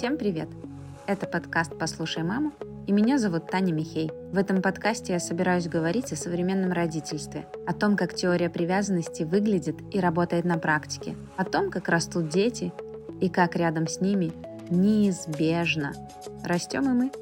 Всем привет! Это подкаст «Послушай маму», и меня зовут Таня Михей. В этом подкасте я собираюсь говорить о современном родительстве, о том, как теория привязанности выглядит и работает на практике, о том, как растут дети и как рядом с ними неизбежно растем и мы.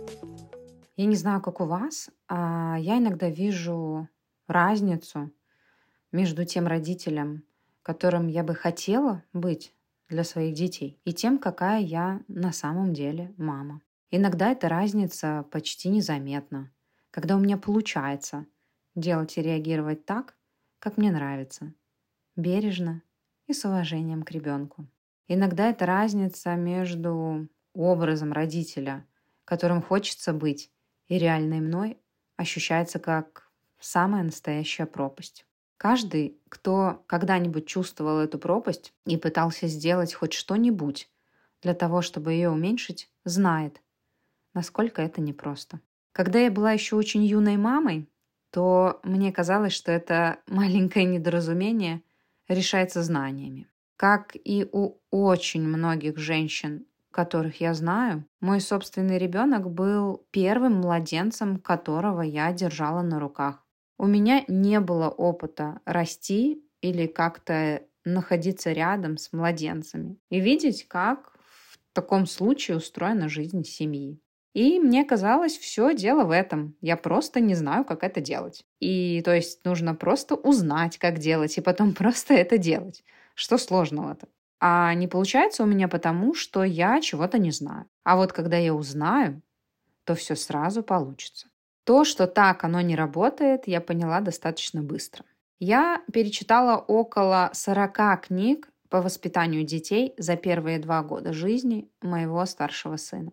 Я не знаю, как у вас, а я иногда вижу разницу между тем родителем, которым я бы хотела быть для своих детей, и тем, какая я на самом деле мама. Иногда эта разница почти незаметна, когда у меня получается делать и реагировать так, как мне нравится, бережно и с уважением к ребенку. Иногда эта разница между образом родителя, которым хочется быть, и реальной мной, ощущается как самая настоящая пропасть. Каждый, кто когда-нибудь чувствовал эту пропасть и пытался сделать хоть что-нибудь для того, чтобы ее уменьшить, знает, насколько это непросто. Когда я была еще очень юной мамой, то мне казалось, что это маленькое недоразумение решается знаниями. Как и у очень многих женщин, которых я знаю, мой собственный ребенок был первым младенцем, которого я держала на руках. У меня не было опыта расти или как-то находиться рядом с младенцами и видеть, как в таком случае устроена жизнь семьи. И мне казалось, все дело в этом. Я просто не знаю, как это делать. И то есть нужно просто узнать, как делать, и потом просто это делать. Что сложного-то? А не получается у меня потому, что я чего-то не знаю. А вот когда я узнаю, то все сразу получится. То, что так оно не работает, я поняла достаточно быстро. Я перечитала около 40 книг по воспитанию детей за первые 2 года жизни моего старшего сына.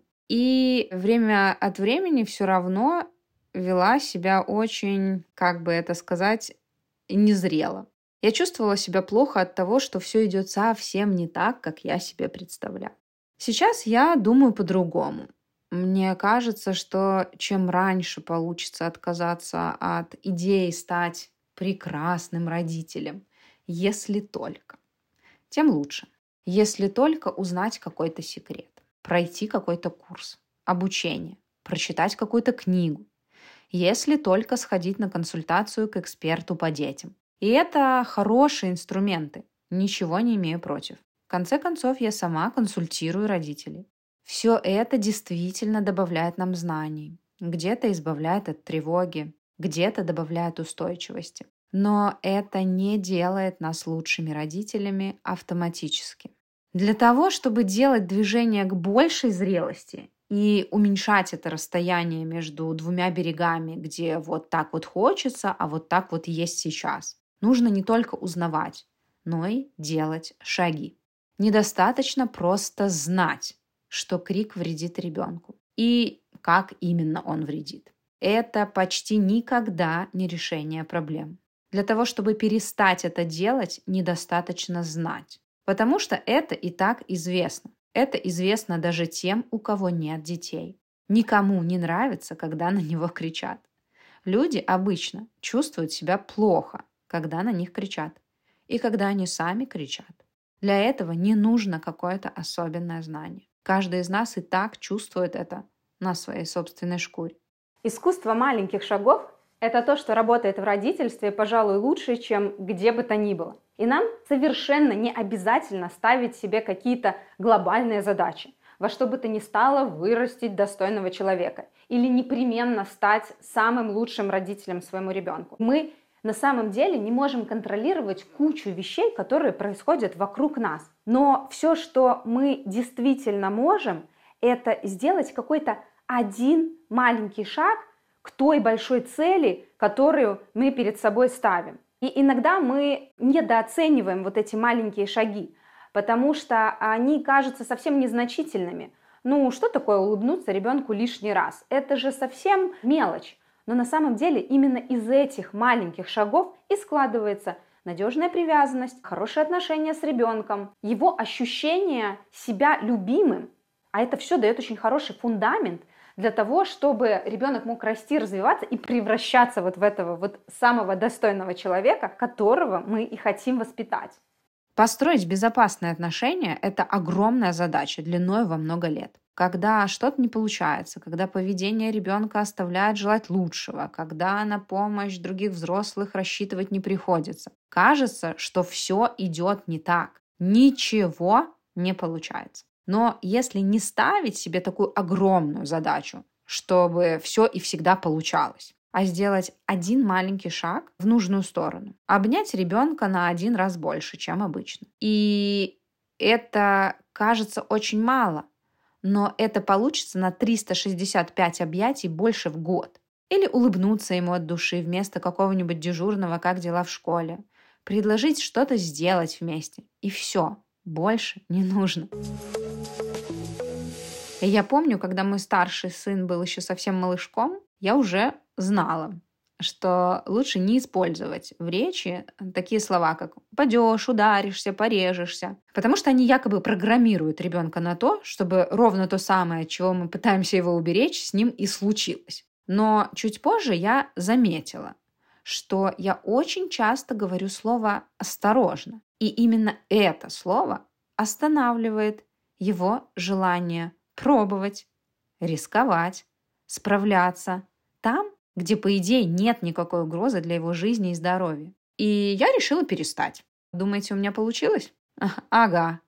И время от времени все равно вела себя очень, как бы это сказать, незрело. Я чувствовала себя плохо от того, что все идет совсем не так, как я себе представляю. Сейчас я думаю по-другому. Мне кажется, что чем раньше получится отказаться от идеи стать прекрасным родителем, если только, тем лучше. Если только узнать какой-то секрет, пройти какой-то курс, обучение, прочитать какую-то книгу, если только сходить на консультацию к эксперту по детям. И это хорошие инструменты, ничего не имею против. В конце концов, я сама консультирую родителей. Все это действительно добавляет нам знаний, где-то избавляет от тревоги, где-то добавляет устойчивости. Но это не делает нас лучшими родителями автоматически. Для того, чтобы делать движение к большей зрелости и уменьшать это расстояние между двумя берегами, где вот так вот хочется, а вот так вот есть сейчас, нужно не только узнавать, но и делать шаги. Недостаточно просто знать, что крик вредит ребенку и как именно он вредит. Это почти никогда не решение проблем. Для того, чтобы перестать это делать, недостаточно знать. Потому что это и так известно. Это известно даже тем, у кого нет детей. Никому не нравится, когда на него кричат. Люди обычно чувствуют себя плохо, когда на них кричат. И когда они сами кричат. Для этого не нужно какое-то особенное знание. Каждый из нас и так чувствует это на своей собственной шкуре. Искусство маленьких шагов – это то, что работает в родительстве, пожалуй, лучше, чем где бы то ни было. И нам совершенно не обязательно ставить себе какие-то глобальные задачи. Во что бы то ни стало вырастить достойного человека. Или непременно стать самым лучшим родителем своему ребенку. Мы на самом деле не можем контролировать кучу вещей, которые происходят вокруг нас. Но все, что мы действительно можем, это сделать какой-то один маленький шаг к той большой цели, которую мы перед собой ставим. И иногда мы недооцениваем вот эти маленькие шаги, потому что они кажутся совсем незначительными. Ну, что такое улыбнуться ребенку лишний раз? Это же совсем мелочь. Но на самом деле именно из этих маленьких шагов и складывается надежная привязанность, хорошие отношения с ребенком, его ощущение себя любимым. А это все дает очень хороший фундамент для того, чтобы ребенок мог расти, развиваться и превращаться вот в этого вот самого достойного человека, которого мы и хотим воспитать. Построить безопасные отношения – это огромная задача длиной во много лет. Когда что-то не получается, когда поведение ребенка оставляет желать лучшего, когда на помощь других взрослых рассчитывать не приходится, кажется, что все идет не так, ничего не получается. Но если не ставить себе такую огромную задачу, чтобы все и всегда получалось, а сделать один маленький шаг в нужную сторону, обнять ребенка на 1 раз больше, чем обычно. И это кажется очень мало, но это получится на 365 объятий больше в год. Или улыбнуться ему от души вместо какого-нибудь дежурного «как дела в школе?». Предложить что-то сделать вместе. И все, больше не нужно. И я помню, когда мой старший сын был еще совсем малышком, я уже знала, что лучше не использовать в речи такие слова, как «упадешь», «ударишься», «порежешься», потому что они якобы программируют ребенка на то, чтобы ровно то самое, от чего мы пытаемся его уберечь, с ним и случилось. Но чуть позже я заметила, что я очень часто говорю слово «осторожно», и именно это слово останавливает его желание пробовать, рисковать, справляться там, где, по идее, нет никакой угрозы для его жизни и здоровья. И я решила перестать. Думаете, у меня получилось? Ага.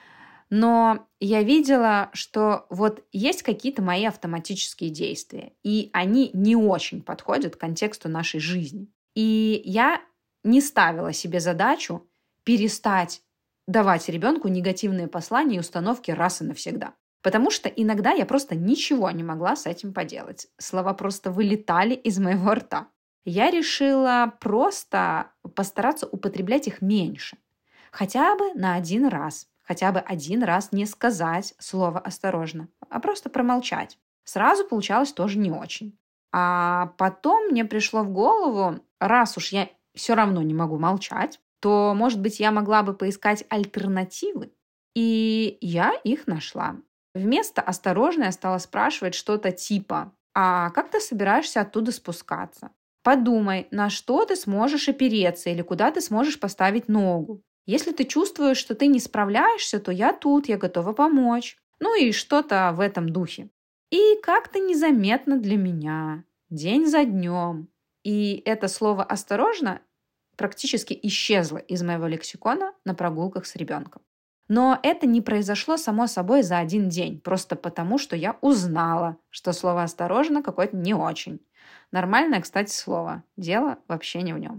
Но я видела, что вот есть какие-то мои автоматические действия, и они не очень подходят к контексту нашей жизни. И я не ставила себе задачу перестать давать ребенку негативные послания и установки раз и навсегда. Потому что иногда я просто ничего не могла с этим поделать. Слова просто вылетали из моего рта. Я решила просто постараться употреблять их меньше. Хотя бы на 1 раз. Хотя бы 1 раз не сказать слово «осторожно», а просто промолчать. Сразу получалось тоже не очень. А потом мне пришло в голову, раз уж я все равно не могу молчать, то, может быть, я могла бы поискать альтернативы. И я их нашла. Вместо «осторожно» я стала спрашивать что-то типа «А как ты собираешься оттуда спускаться? Подумай, на что ты сможешь опереться или куда ты сможешь поставить ногу. Если ты чувствуешь, что ты не справляешься, то я тут, я готова помочь». Ну и что-то в этом духе. И как-то незаметно для меня, день за днем. И это слово «осторожно» практически исчезло из моего лексикона на прогулках с ребенком. Но это не произошло само собой за 1 день, просто потому, что я узнала, что слово «осторожно» какое-то не очень. Нормальное, кстати, слово. Дело вообще не в нем.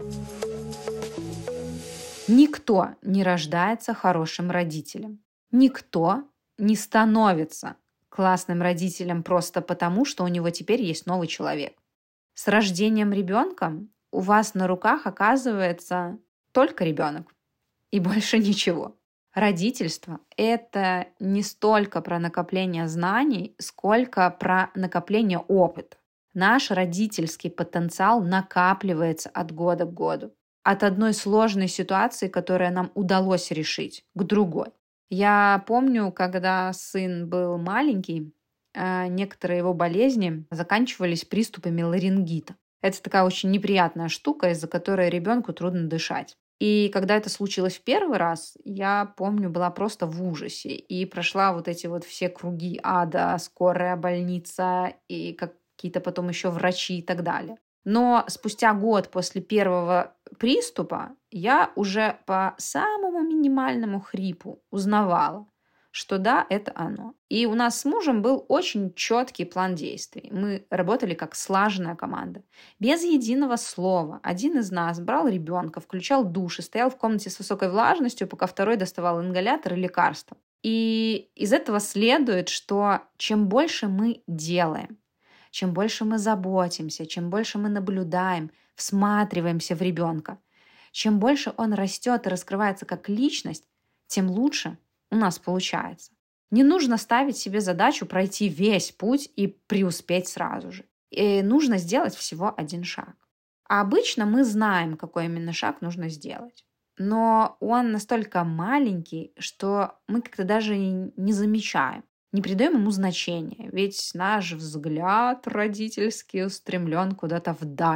Никто не рождается хорошим родителем. Никто не становится классным родителем просто потому, что у него теперь есть новый человек. С рождением ребенка у вас на руках оказывается только ребенок и больше ничего. Родительство – это не столько про накопление знаний, сколько про накопление опыта. Наш родительский потенциал накапливается от года к году. От одной сложной ситуации, которую нам удалось решить, к другой. Я помню, когда сын был маленький, некоторые его болезни заканчивались приступами ларингита. Это такая очень неприятная штука, из-за которой ребенку трудно дышать. И когда это случилось в первый раз, я помню, была просто в ужасе. И прошла вот эти вот все круги ада, скорая, больница и какие-то потом еще врачи и так далее. Но спустя год после первого приступа я уже по самому минимальному хрипу узнавала, что да, это оно. И у нас с мужем был очень четкий план действий. Мы работали как слаженная команда. Без единого слова. Один из нас брал ребенка, включал душ и стоял в комнате с высокой влажностью, пока второй доставал ингалятор и лекарства. И из этого следует, что чем больше мы делаем, чем больше мы заботимся, чем больше мы наблюдаем, всматриваемся в ребенка, чем больше он растет и раскрывается как личность, тем лучше у нас получается. Не нужно ставить себе задачу пройти весь путь и преуспеть сразу же. И нужно сделать всего 1 шаг. А обычно мы знаем, какой именно шаг нужно сделать. Но он настолько маленький, что мы как-то даже не замечаем, не придаем ему значения. Ведь наш взгляд родительский устремлен куда-то вдаль.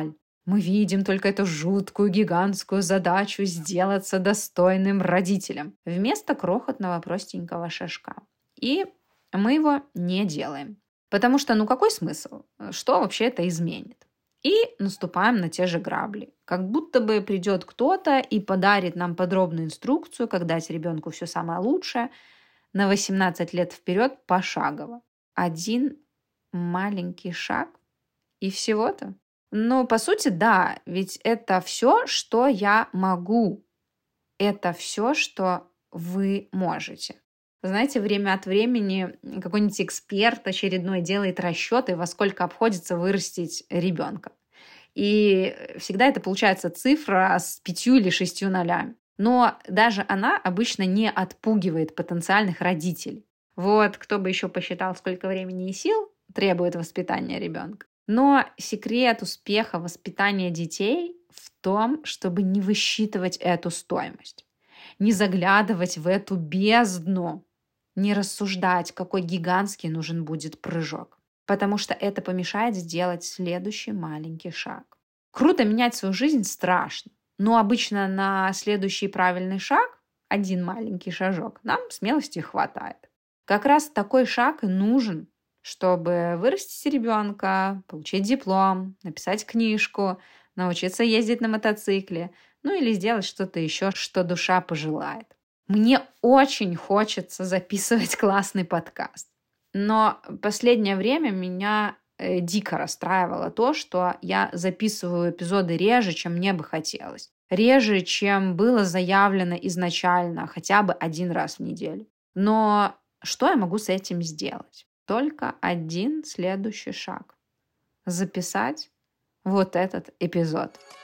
Мы видим только эту жуткую, гигантскую задачу сделаться достойным родителем вместо крохотного, простенького шажка. И мы его не делаем. Потому что, какой смысл? Что вообще это изменит? И наступаем на те же грабли. Как будто бы придет кто-то и подарит нам подробную инструкцию, как дать ребенку все самое лучшее на 18 лет вперед пошагово. Один маленький шаг и всего-то. По сути, да, ведь это все, что я могу. Это все, что вы можете. Знаете, время от времени какой-нибудь эксперт очередной делает расчеты, во сколько обходится вырастить ребенка. И всегда это получается цифра с 5 или 6 нолями. Но даже она обычно не отпугивает потенциальных родителей. Вот кто бы еще посчитал, сколько времени и сил требует воспитания ребенка. Но секрет успеха воспитания детей в том, чтобы не высчитывать эту стоимость, не заглядывать в эту бездну, не рассуждать, какой гигантский нужен будет прыжок, потому что это помешает сделать следующий маленький шаг. Круто менять свою жизнь страшно, но обычно на следующий правильный шаг, один маленький шажок, нам смелости хватает. Как раз такой шаг и нужен, чтобы вырастить ребенка, получить диплом, написать книжку, научиться ездить на мотоцикле, или сделать что-то еще, что душа пожелает. Мне очень хочется записывать классный подкаст, но последнее время меня дико расстраивало то, что я записываю эпизоды реже, чем мне бы хотелось. Реже, чем было заявлено изначально, хотя бы один раз в неделю. Но что я могу с этим сделать? Только один следующий шаг. Записать вот этот эпизод.